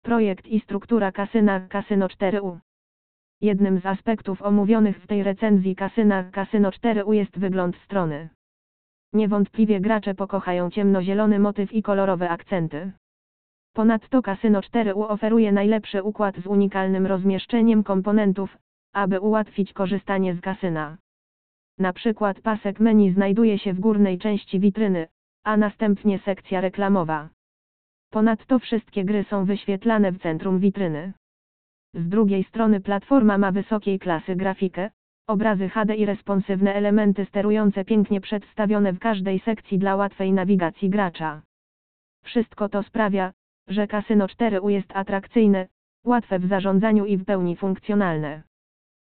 Projekt i struktura kasyna Casino 4U. Jednym z aspektów omówionych w tej recenzji kasyna Casino 4U jest wygląd strony. Niewątpliwie gracze pokochają ciemnozielony motyw i kolorowe akcenty. Ponadto Casino 4U oferuje najlepszy układ z unikalnym rozmieszczeniem komponentów, aby ułatwić korzystanie z kasyna. Na przykład pasek menu znajduje się w górnej części witryny, a następnie sekcja reklamowa. Ponadto wszystkie gry są wyświetlane w centrum witryny. Z drugiej strony platforma ma wysokiej klasy grafikę, obrazy HD i responsywne elementy sterujące pięknie przedstawione w każdej sekcji dla łatwej nawigacji gracza. Wszystko to sprawia, że Casino 4U jest atrakcyjne, łatwe w zarządzaniu i w pełni funkcjonalne.